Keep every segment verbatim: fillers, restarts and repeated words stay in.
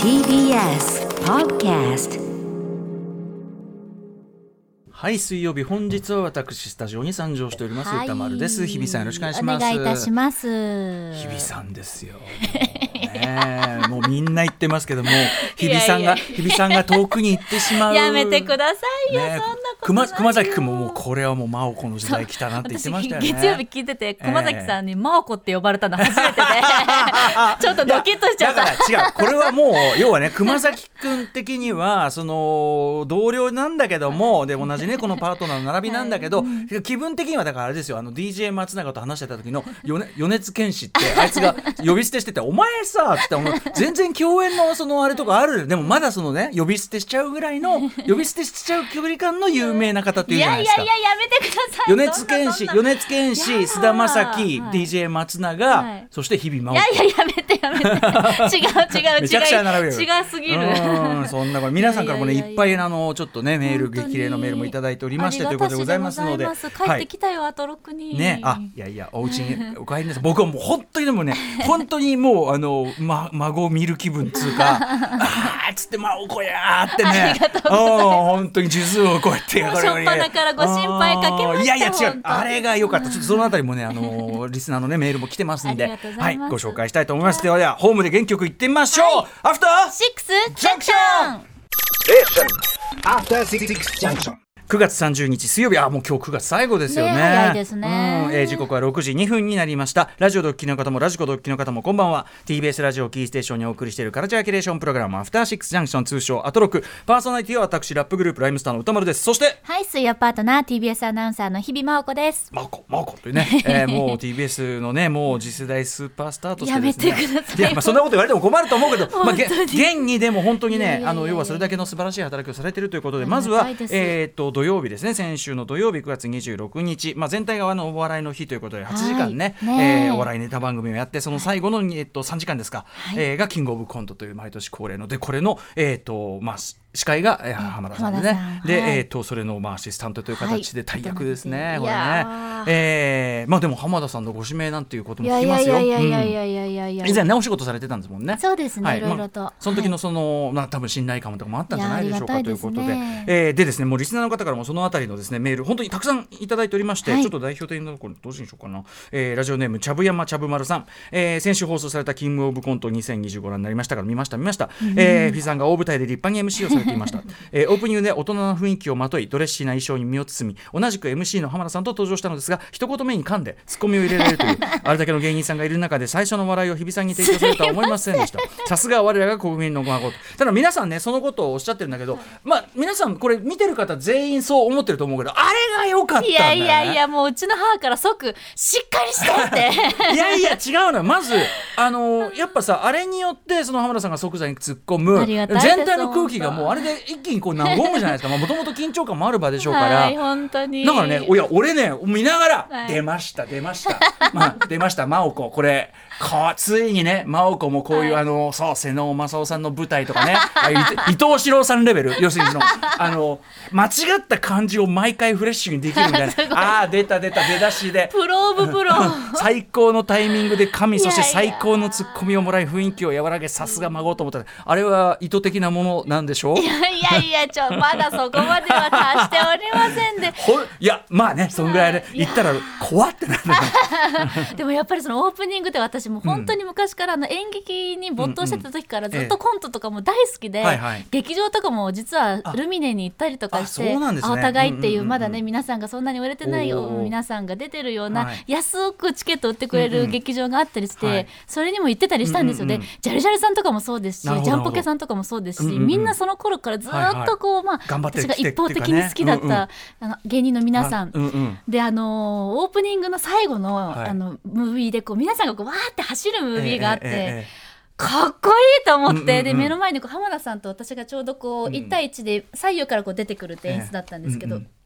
ティービーエス Podcast。 はい、水曜日、本日は私スタジオに参上しております、 はい、 歌丸です。日比さんよろしくお願いします。 お願いいたします。 日比さんですよ、ね、もうみんな言ってますけども日比さんが日比さんが遠くに行ってしまう。 やめてくださいよ、ね、そんなことないよ。 熊崎君ももうこれはもう真央子の時代来たなって言ってましたよね。 月曜日聞いてて熊崎さんに真央子って呼ばれたの初めてで、ちょっとドキッとしちゃった。 だから違う、これはもう要はね、熊崎君的にはその同僚なんだけども、で同じねこのパートナーの並びなんだけど、はい、気分的にはだからあれですよ、あの ディージェー 松永と話してた時の米米津玄師ってあいつが呼び捨てしててお前さって思う全然共演のそのあれとかある。でもまだそのね呼び捨てしちゃうぐらいの呼び捨てしちゃう距離感の有名な方っていうじゃないですか。 いやいやいややめてください。 米津玄師米津玄師菅田将暉、はい、ディージェー 松永、はい、そして日比真央子。 いやいややめてやめて違う違う違うめちゃくちゃ並べる。 違うすぎる。 うんそんな皆さんからもね い, い, い, いっぱいあのちょっとねメール激励のメールもいただいておりましてということでございますので、 帰ってきたよ、はい、あとろくにね。あいやいやお家にお帰りなさい。僕はもう本当にでもね本当にもうあの、ま、孫を見る気分つうかあーっつってまあおこやーってね本当に数珠をこうやってもう初っ端からご心配かけました。 いやいや違う、あれが良かった。ちょっとそのあたりもねあのリスナーのねメールも来てますんで、はい、ご紹介したいと思います。ではではホームで元気よくいってみましょう、はい、アフターシックスジャンクション。 アフターシックスジャンクション。くがつさんじゅうにち水曜日、あもう今日くがつ最後ですよね。 ね早いですね、 うんえー、時刻はろくじにふんになりました。ラジオドッキリの方もラジコドッキリの方もこんばんは。 ティービーエス ラジオキーステーションにお送りしているカルチャーキュレーションプログラムアフターシックスジャンクション、通称アトロク。パーソナリティは私ラップグループライムスターの歌丸です。そしてはい、水曜パートナー ティービーエス アナウンサーの日比真央子です。 真央子真央子というね、えー、もう ティービーエス のねもう次世代スーパースターとしてですね、 やめてください。 いや、まあ、そんなこと言われても困ると思うけど、まあ、現にでも本当にね、あの要はそれだけの素晴らしい働きをされているということで、まずは、えー、と土曜日ですね、先週の土曜日くがつにじゅうろくにち、まあ、全体があのお笑いの日ということではちじかん ね,、はいねえー、お笑いネタ番組をやって、その最後の、えっと、さんじかんですか、はいえー、がキングオブコントという毎年恒例ので、これの、えーとまあ司会が、えー、浜田さんでね、で、はいえー、とそれの、まあ、アシスタントという形で大役ですね、はい、これね、えーまあ、でも浜田さんのご指名なんていうことも聞きますよ。以前ねお仕事されてたんですもんね。 そうですね、はい、いろいろと、 まあ、その時のその、はいまあ、多分信頼感とかもあったんじゃないでしょうかということで、 ねえー、でですね、もうリスナーの方からもそのあたりのですねメール本当にたくさんいただいておりまして、はい、ちょっと代表的なところどうしにしようかな、えー、ラジオネームちゃぶやまちゃぶまるさん、えー、先週放送されたキングオブコントにせんにじゅうご覧になりましたから見ました見ました、うんえー、フィさんが大舞台で立派に エムシー をされていました、えーオープニングで大人な雰囲気をまといドレッシーな衣装に身を包み同じく エムシー の浜田さんと登場したのですが、一言目に噛んでツッコミを入れられるというあれだけの芸人さんがいる中で最初の笑いを日比さんに提供されるとは思いませんでした。さすが我らが国民の孫。ただ皆さんねそのことをおっしゃってるんだけど、まあ皆さんこれ見てる方全員そう思ってると思うけど、あれが良かったんだよね。 いやいやいや、もううちの母から即しっかりしてっていやいや違うのよ。まずあのやっぱさ、あれによってその浜田さんが即座に突っ込む全体の空気がもうあれで一気にこう和むじゃないですか。もともと緊張感もある場でしょうから、 はい、本当にだからね、いや俺ね見ながら、はい、出ました出ました、まあ、出ました真央子、これかついにね真央子もこういう、はい、あのそう瀬能正夫さんの舞台とかね伊藤四郎さんレベル、要するにそのあの間違った漢字を毎回フレッシュにできるみたいなあー出た出た出だしでプロオブプロ最高のタイミングで神、そして最高のツッコミをもらい雰囲気を和らげ、さすが孫と思ったら、あれは意図的なものなんでしょう。 いやいやいやちょまだそこまでは達しておりませんでいやまあねそんぐらいで、ね、言ったら怖ってなるでもやっぱりそのオープニングで私も本当に昔からあの演劇に没頭してた時からずっとコントとかも大好きで、うんうんええはいはい、劇場とかも実はルミネに行ったりとかして、ね、お互いっていう、まだね皆さんがそんなに売れてないよ皆さんが出てるような、はい、安くチケット売ってくれる劇場があったりして、うんうんはい、それにも行ってたりしたんですよね、うんうんうん、ジャルジャルさんとかもそうですし、ジャンポケさんとかもそうですし、うんうんうん、みんなその頃からずっとこう、はいはいまあ、私が一方的に好きだった、うんうん、あの芸人の皆さん、うんうん、であのオープニングの最後 の,、はい、あのムービーでこう皆さんがこうわーって走るムービーがあって、えーえーえーかっこいいと思って、うんうんうん、で目の前にこう浜田さんと私がちょうどこういち対いちで左右からこう出てくるって演出だったんですけど、えーうんうん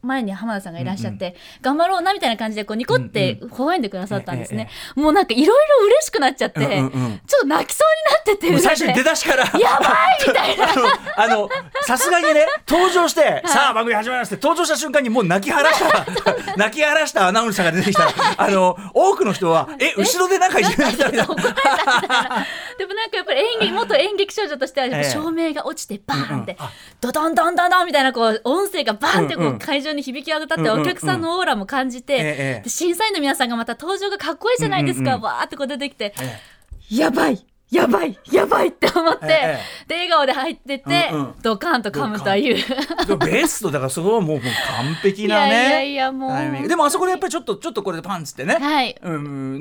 前に浜田さんがいらっしゃって、うんうん、頑張ろうなみたいな感じでこうニコって微笑んでくださったんですね、うんうん、もうなんかいろいろ嬉しくなっちゃって、うんうんうん、ちょっと泣きそうになってて、 最初に出だしからやばいみたいなあのさすがにね登場して、はい、さあ番組始まりますって登場した瞬間にもう泣き晴らした泣き晴らしたアナウンサーが出てきたあの多くの人はえ後ろでなんかいじめられたみたいなでもなんかやっぱり演劇元演劇少女としてはやっぱ照明が落ちてバーンって、ええ、ドドンドンドンドンみたいなこう音声がバーンってこう会場に響き渡って、お客さんのオーラも感じて、ええ、で審査員の皆さんがまた登場がかっこいいじゃないですか、わーってこう出てきて、ええ、やばいやばいやばいって思って、ええ、で笑顔で入ってって、うんうん、ドカンと噛むというベストだからそこはもう、もう完璧なね。いやいやいやもうでもあそこでやっぱりちょっとちょっとこれでパンツってね、 はい、 うん、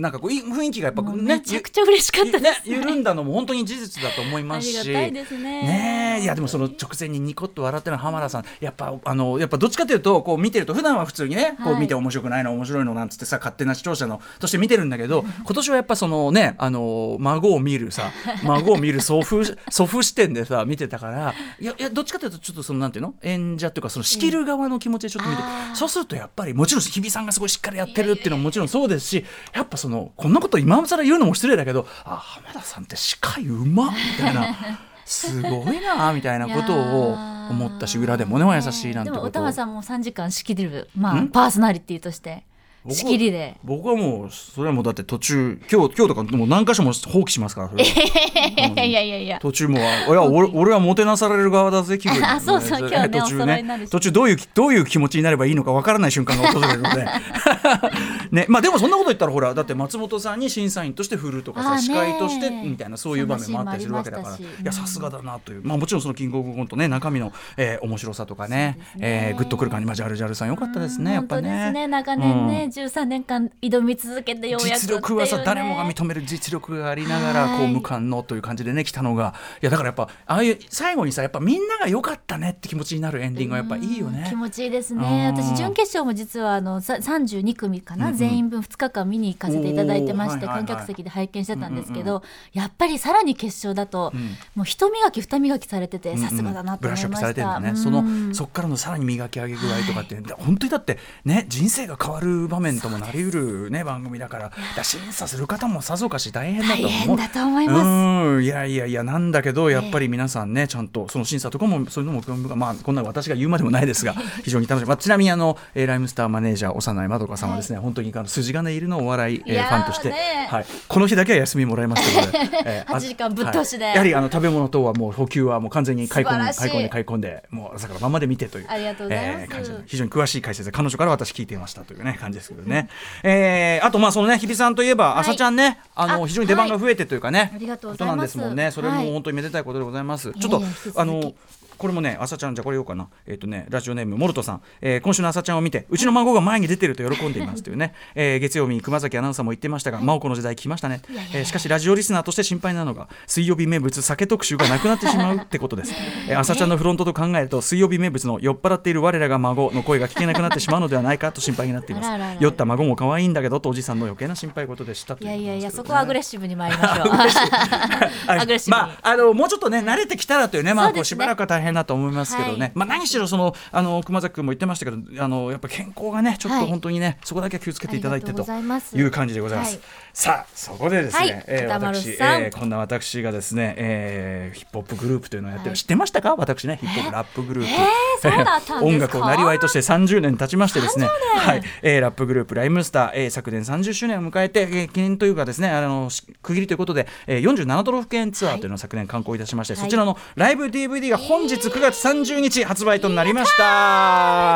なんかこう雰囲気がやっぱねめちゃくちゃ嬉しかったです、ね、 緩んだのも本当に事実だと思いますし、 ありがたいですね。 ねえ、いやでもその直前にニコッと笑ってる浜田さんやっぱあのやっぱどっちかというとこう見てると普段は普通にね、こう見て面白くないの面白いのなんつってさ勝手な視聴者のとして見てるんだけど今年はやっぱそのねあの孫を見るさ孫を見る祖父祖父視点でさ見てたからいやいやどっちかというとちょっとそのなんていうの演者っていうかその仕切る側の気持ちでちょっと見て、うん、そうするとやっぱりもちろん日比さんがすごいしっかりやってるっていうのももちろんそうですしやっぱそのこんなこと今更言うのも失礼だけどあ浜田さんって司会うまっみたいなすごいなみたいなことを思ったし裏でもねお優しいなんてこと。 でもおたまさんもさんじかん仕切る、まあ、パーソナリティとして仕切りで僕はもうそれはもうだって途中今日今日とかもう何箇所も放棄しますからそれいやいやいやいや途中もいや俺, 俺はもてなされる側だぜ気分、ね、 あそうそう今日ね途中ねお揃いになるし途中どういうどういう気持ちになればいいのかわからない瞬間が訪れるのでねまあでもそんなこと言ったらほらだって松本さんに審査員として振るとかさ司会としてみたいなそういう場面もあったりするわけだからいやさすがだなというまあもちろんそのキングオブコントね中身の、えー、面白さとか ね, ね、えー、グッとくる感じまあジャルジャルさんよかったですねやっぱね本当ですね長年ね、うん、じゅうさんねんかん挑み続けてようやく実力はさ、ね、誰もが認める実力がありながらこう無冠のという感じでね来たのがいやだからやっぱああいう最後にさやっぱみんなが良かったねって気持ちになるエンディングがやっぱいいよね。 気持ちいいですね。私準決勝も実はあのさんじゅうにくみかな、うんうん、全員分ふつかかん見に行かせていただいてまして、観客席で拝見してたんですけど、うんうん、やっぱりさらに決勝だと、うん、もう一磨き二磨きされててさすがだなと思いました。ブラッシュアップされてるんだね、うん、そのそっからのさらに磨き上げ具合とかって、はい、本当にだってね人生が変わる場面ともなりうるね番組だからだ審査する方もさぞかし大変だと思う。大変だと思います。 うんいやいやいやなんだけどやっぱり皆さんねちゃんとその審査とかもそういうのもまあこんな私が言うまでもないですが非常に楽しい、まあ、ちなみにあのライムスターマネージャー長内まどかさんはですね、はい、本当にあの筋金入りのお笑い、えー、ファンとして、はい、この日だけは休みもらいましたので、えー、 はちじかんぶっ通しで、 はい、やはりあの食べ物等はもう補給はもう完全に買い込んで買い込んで買い込んでもう朝から晩まで見てというありがとうございます、 えー、感じで非常に詳しい解説で彼女から私聞いていましたというね感じですけどね、えー、あとまあそのね日比さんといえば、はい、朝ちゃんねあの非常に出番が増えてというかね、はい、 ありがとうございます。 ことなんですもんね。それも本当にめでたいことでございます、はい、ちょっとあのこれもね朝ちゃんじゃこれようかなえっ、ー、とねラジオネームモルトさん、えー、今週の朝ちゃんを見てうちの孫が前に出てると喜んでいますというね、えー、月曜日に熊崎アナウンサーも言ってましたが真央子の時代来ましたね。えー、しかしラジオリスナーとして心配なのが水曜日名物酒特集がなくなってしまうってことです、えー、朝ちゃんのフロントと考えると水曜日名物の酔っ払っている我らが孫の声が聞けなくなってしまうのではないかと心配になっています。酔った孫も可愛いんだけどとおじさんの余計な心配事でしたという、ね、 いやいやいやそこはアグレッシブに参りましょうアグレッシブに、 まあ、あのもうちょっとね慣れてきたらというね、まあ、こうしばらくは大変だと思いますけどね、はい、まあ、何しろそのあの熊崎君も言ってましたけどあのやっぱ健康がねちょっと本当にね、はい、そこだけは気をつけていただいてという感じでございます、はい、さあそこでですね、はい、えー、私、えー、こんな私がですね、えー、ヒップホップグループというのをやってる、はい、知ってましたか私ねヒップホップラップグループ、 えー、そうだったんですか音楽をなりわいとしてさんじゅうねん経ちましてですね、はい、えー、ラップグループライムスター、えー、昨年さんじゅっしゅうねんを迎えて、えー、記念というかですねあの区切りということで、えー、よんじゅうなな都道府県ツアーというのを昨年刊行いたしまして、はい、そちらのライブ ディーブイディー が本日くがつさんじゅうにち発売となりました。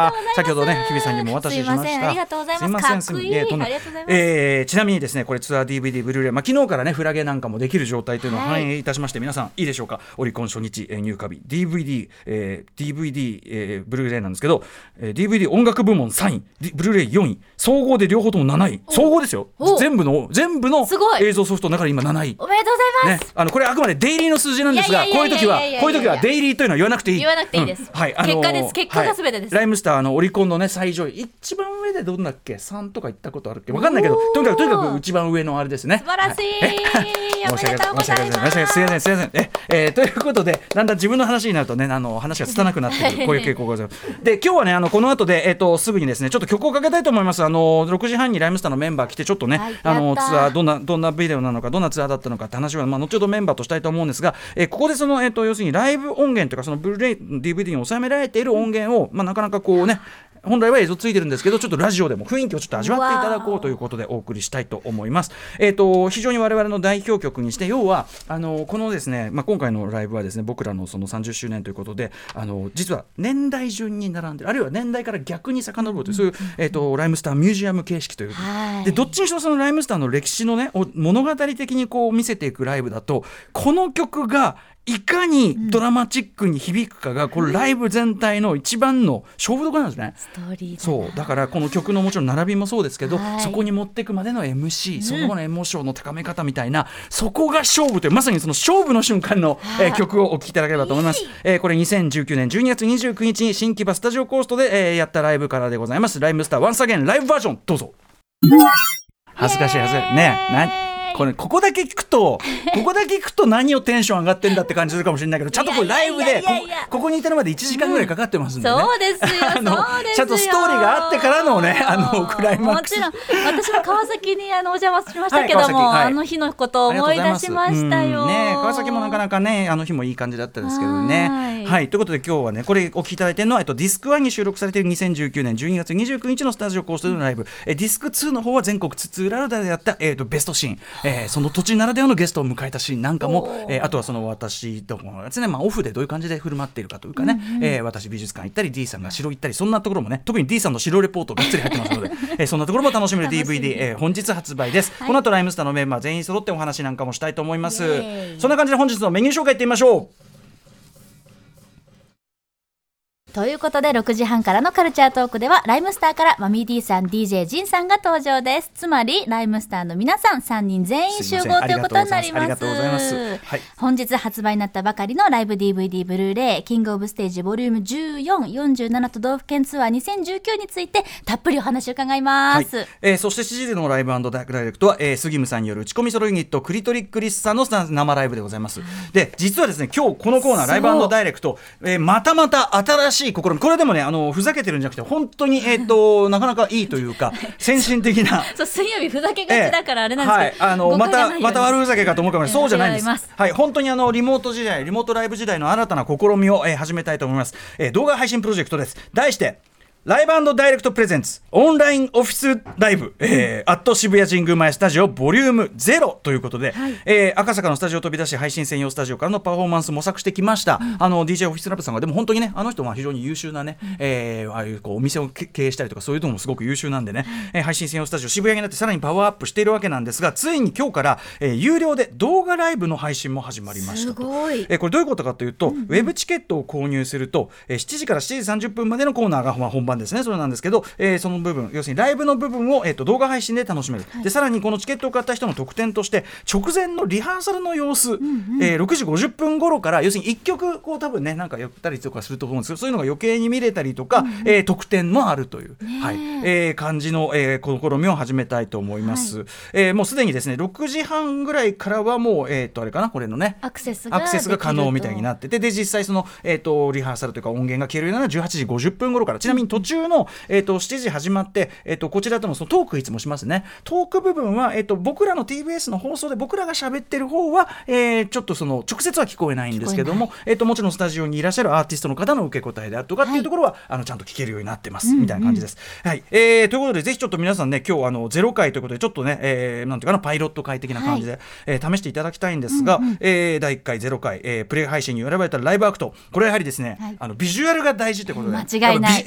先ほどね日比さんにもお渡ししました。 すいませんありがとうございます。かっこいい、ありがとうございます。 えー、ちなみにですねこれツアー ディーブイディー ブルーレイ、まあ、昨日からねフラゲなんかもできる状態というのを反映いたしまして、はい、皆さんいいでしょうか。オリコン初日、えー、入荷日 ディーブイディー、えー、ディーブイディー、えー、ブルーレイなんですけど、えー、ディーブイディー 音楽部門さんいブルーレイよんい総合で両方ともなない総合ですよ。全部の全部の映像ソフトの中で今なない。 おめでとうございます、 ね、あのこれあくまでデイリーの数字なんですがこういう時はこういう時はデイリーというのは言わなくていい言わなくていいです、 うんはい、 結果です結果が全てです、 はい、ライムスターのオリコンのね最上位一番上でどんだっけさんとか言ったことあるっけ分かんないけどとにかくとにかく一番上のあれですね。 素晴らしい、はい、おめでとうございます。 すいませんすいませんえ、えー、ということでだんだん自分の話になるとねあの話が拙くなってくるこういう傾向がございますで今日はねあのこの後で、えー、とすぐにですねちょっと曲をかけたいと思います。あのろくじはんにライムスターのメンバー来てちょっとね、はい、あのツアーどんなどんなビデオなのかどんなツアーだったのかって話は、まあ、後ほどメンバーとしたいと思うんですが、えー、ここでその、えー、と要するにライブ音源というかそのブルーレイ ディーブイディー に収められている音源を、まあ、なかなかこうね本来は映像ついてるんですけどちょっとラジオでも雰囲気をちょっと味わっていただこうということでお送りしたいと思います。えー、と非常に我々の代表曲にして要はあのこのですね、まあ、今回のライブはですね僕らのそのさんじゅっしゅうねんということであの実は年代順に並んでるあるいは年代から逆に遡るという、うん、そういう、えー、とライムスターミュージアム形式というでどっちにしろそのライムスターの歴史のね物語的にこう見せていくライブだとこの曲がいかにドラマチックに響くかが、うん、これライブ全体の一番の勝負どころなんですね。 ストーリーだそうだからこの曲のもちろん並びもそうですけど、はい、そこに持っていくまでの エムシー、うん、その後のエモーションの高め方みたいなそこが勝負というまさにその勝負の瞬間の、えー、曲をお聴きいただければと思います。えー、これにせんじゅうきゅうねんじゅうにがつにじゅうくにちに新木場スタジオコーストで、えー、やったライブからでございます。ライムスターワンスアゲンライブバージョンどうぞ。恥ずかしい恥ずかしいねなこれここだけ聞くとここだけ聞くと何をテンション上がってんだって感じするかもしれないけどちゃんとこれライブでここに至るまでいちじかんぐらいかかってますんでね、 うん、そうですよあのそうですよちゃんとストーリーがあってからのねあのクライマックスもちろん私も川崎にあのお邪魔しましたけども、はいはい、あの日のことを思い出しましたよ。 ね、川崎もなかなかねあの日もいい感じだったですけどね。はい、はい、ということで今日はねこれお聞きいただいているのは、えっと、ディスクワンに収録されているにせんじゅうきゅうねんじゅうにがつにじゅうくにちのスタジオコーストでのライブ、うん、えディスクツーの方は全国津々浦々でやった、えー、とベストシーン、えー、その土地ならではのゲストを迎えたシーンなんかも、えー、あとはその私ともですね、まあ、オフでどういう感じで振る舞っているかというかね、うんうんえー、私美術館行ったり D さんが城行ったりそんなところもね特に D さんの城レポートがっつり入ってますので、えー、そんなところも楽しめる ディーブイディー、えー、本日発売です、はい、この後ライムスターのメンバー全員揃ってお話なんかもしたいと思います。そんな感じで本日のメニュー紹介いってみましょう。 ということでろくじはんからのカルチャートークではライムスターからマミー D さん ディージェー ジンさんが登場です。つまりライムスターの皆さんさんにん全員集合ということになります。 ありがとうございます。はい、 本日発売になったばかりのライブ ディーブイディー ブルーレイキングオブステージボリュームじゅうよん、よんじゅうなな都道府県ツアーにせんじゅうきゅうについてたっぷりお話を伺います。はい、 えー、そしてしちじでのライブ&ダイレクトは、えー、杉村さんによる打ち込みソロユニットクリトリックリスさんの生ライブでございます。で実はですね今日このコーナーライブ&ダイレクト、えー、またまた新しい試みこれでもねあのふざけてるんじゃなくて本当に、えー、となかなかいいというか先進的なそう水曜日ふざけがちだからあれなんですけど、 えーはい、あのまたまた悪ふざけかと思うかもしれない、そうじゃないんです。はい、本当にあのリモート時代リモートライブ時代の新たな試みを、えー、始めたいと思います。えー、動画配信プロジェクトです。題してライブ&ダイレクトプレゼンツオンラインオフィスライブ、えー、アット渋谷神宮前スタジオボリュームゼロということで、はい、えー、赤坂のスタジオを飛び出し配信専用スタジオからのパフォーマンス模索してきました、うん、あの ディージェー オフィスラブさんがでも本当にねあの人は非常に優秀なね、うん、えー、ああいうこうお店を経営したりとかそういうのもすごく優秀なんでね、うん、えー、配信専用スタジオ渋谷になってさらにパワーアップしているわけなんですがついに今日から、えー、有料で動画ライブの配信も始まりましたと。 すごい、 えー、これどういうことかというと、うんうん、ウェブチケットを購入すると、えー、しちじからしちじさんじゅっぷんまでのコーナーが、まあ、本番ですねそれなんですけどえー、その部分要するにライブの部分を、えー、と動画配信で楽しめる、はい、でさらにこのチケットを買った人の特典として直前のリハーサルの様子、うんうん、えー、ろくじごじゅっぷん頃から要するにいっきょくこう多分ねなんかやったりとかすると思うんですけどそういうのが余計に見れたりとか、うんうん、えー、特典もあるという、はい、えー、感じの、えー、試みを始めたいと思います、はい、えー、もうすでにですねろくじはんぐらいからはもう、えー、とあれかなこれのねアクセスがアクセスが可能みたいになっててで実際その、えー、とリハーサルというか音源が消えるのはじゅうはちじごじゅっぷん頃からちなみに途中の、えー、としちじ始まって、えー、とこちらとのそのトークいつもしますね。トーク部分は、えー、と僕らの ティービーエス の放送で僕らが喋ってる方は、えー、ちょっとその直接は聞こえないんですけども、えー、ともちろんスタジオにいらっしゃるアーティストの方の受け答えであるとかっていうところは、はい、あのちゃんと聞けるようになってます、うんうん、みたいな感じです、はい、えー、ということでぜひちょっと皆さんね今日あのゼロかいということでちょっとね、えー、なんていうかなパイロット会的な感じで、はい、えー、試していただきたいんですが、うんうん、えー、だいいっかいゼロかい、えー、プレイ配信に選ばれたライブアクトこれやはりですね、はい、あのビジュアルが大事ということで間違いないビジュ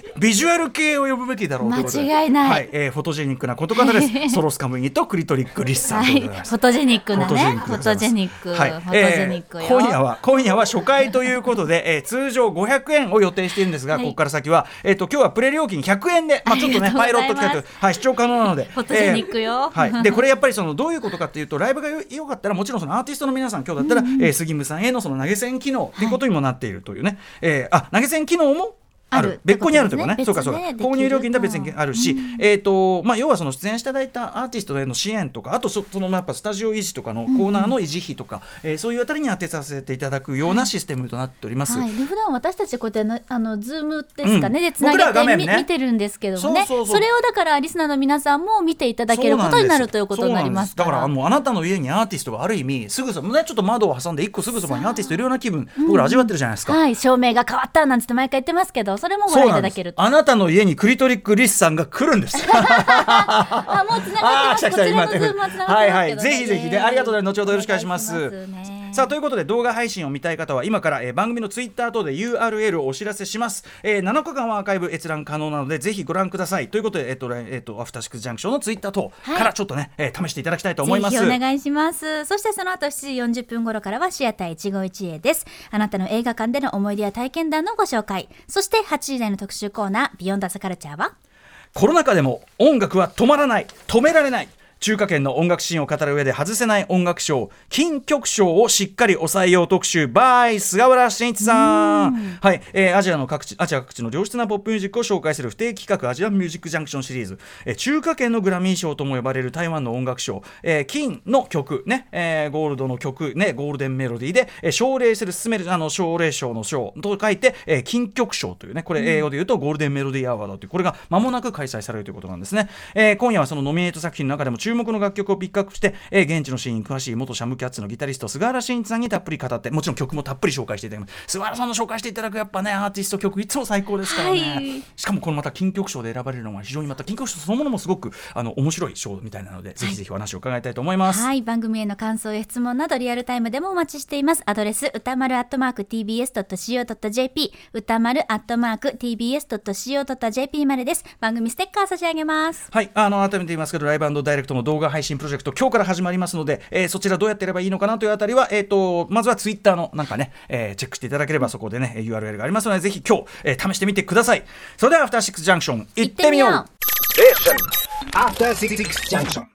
ュアル系を呼ぶべきだろうということで間違いない、 はいえー、フォトジェニックなことからですソロスカムユニットクリトリックリッサンということでございます、 はい、フォトジェニックなねフォトジェニック、はい、フォトジェニックよ、えー、今夜は今夜は初回ということで、えー、通常ごひゃくえんを予定しているんですが、はい、ここから先は、えー、と今日はプレ料金ひゃくえんで、まあ、ちょっとねパイロット企画、はい、視聴可能なのでフォトジェニックよ、 えーはい、でこれやっぱりそのどういうことかっていうとライブが良かったらもちろんそのアーティストの皆さん今日だったら、うんえー、杉村さんへのその投げ銭機能ということにもなっているというね、はいえー、あ投げ銭機能もある別個にあるというかね、そうかそうか購入料金では別にあるし、うん、えーとまあ、要はその出演していただいたアーティストへの支援とかあと そ, そのやっぱスタジオ維持とかのコーナーの維持費とか、うんえー、そういうあたりに当てさせていただくようなシステムとなっております、 はい、で普段私たちこうやってあのズームですかね、うん、でつなげて、ね、見てるんですけどもね、そうそうそう、それをだからリスナーの皆さんも見ていただけることになるということになりますから、 だからもうあなたの家にアーティストがある意味すぐそば、ね、ちょっと窓を挟んでいっこすぐそばにアーティストいるような気分、僕ら味わってるじゃないですか、 うんはい、照明が変わったなんて毎回言ってますけどそれもご覧いただけると、 あなたの家にクリトリックリスさんが来るんですあもうつながってます、こちらのズームはつながってますけど、ね、 はいはいぜひぜひねありがとうございます、後ほどよろしくお願いします。さあということで動画配信を見たい方は今から、えー、番組のツイッター等で ユーアールエル をお知らせします、えー、なのかかんはアーカイブ閲覧可能なのでぜひご覧くださいということで、えーとえー、とアフターシックスジャンクションのツイッター等からちょっとね、はいえー、試していただきたいと思います。 ぜひお願いします。そしてその後しちじよんじゅっぷん頃からはシアター一期一会です。あなたの映画館での思い出や体験談のご紹介、そしてはちじ台の特集コーナービヨンドザカルチャーはコロナ禍でも音楽は止まらない、止められない、中華圏の音楽シーンを語る上で外せない音楽賞金曲賞をしっかり抑えよう特集 by 菅原慎一さん、はいえー、アジアの各地アジア各地の良質なポップミュージックを紹介する不定期企画アジアミュージックジャンクションシリーズ、えー、中華圏のグラミー賞とも呼ばれる台湾の音楽賞、えー、金の曲ね、えー、ゴールドの曲ねゴールデンメロディーで、えー、奨励する進めるあの奨励賞の賞と書いて、えー、金曲賞というねこれ英語で言うとゴールデンメロディーアワードというこれが間もなく開催されるということなんですね、えー、今夜はそのノミネート作品の中でも注目の楽曲をピックアップして、えー、現地のシーンに詳しい元シャムキャッツのギタリスト菅原慎一さんにたっぷり語ってもちろん曲もたっぷり紹介していただきます。菅原さんの紹介していただくやっぱねアーティスト曲いつも最高ですからね、はい、しかもこのまた金曲賞で選ばれるのが非常にまた金曲賞そのものもすごくあの面白い賞みたいなので、はい、ぜひぜひお話を伺いたいと思います。 はい、番組への感想や質問などリアルタイムでもお待ちしています。アドレス歌丸アットマーク ティービーエスドットシーオードットジェーピー 歌丸アットマーク ティービーエスドットシーオードットジェーピー までです。番組ステッカー差し上げます。 はい、あの改めて言いますけどライブ&ダイレクトの動画配信プロジェクト今日から始まりますので、えー、そちらどうやってやればいいのかなというあたりは、えー、とまずはツイッターのなんかね、えー、チェックしていただければそこでね ユーアールエル がありますのでぜひ今日、えー、試してみてください。それではアフターシックスジャンクション行ってみよう。 行ってみよう。 アフターシックスジャンクション。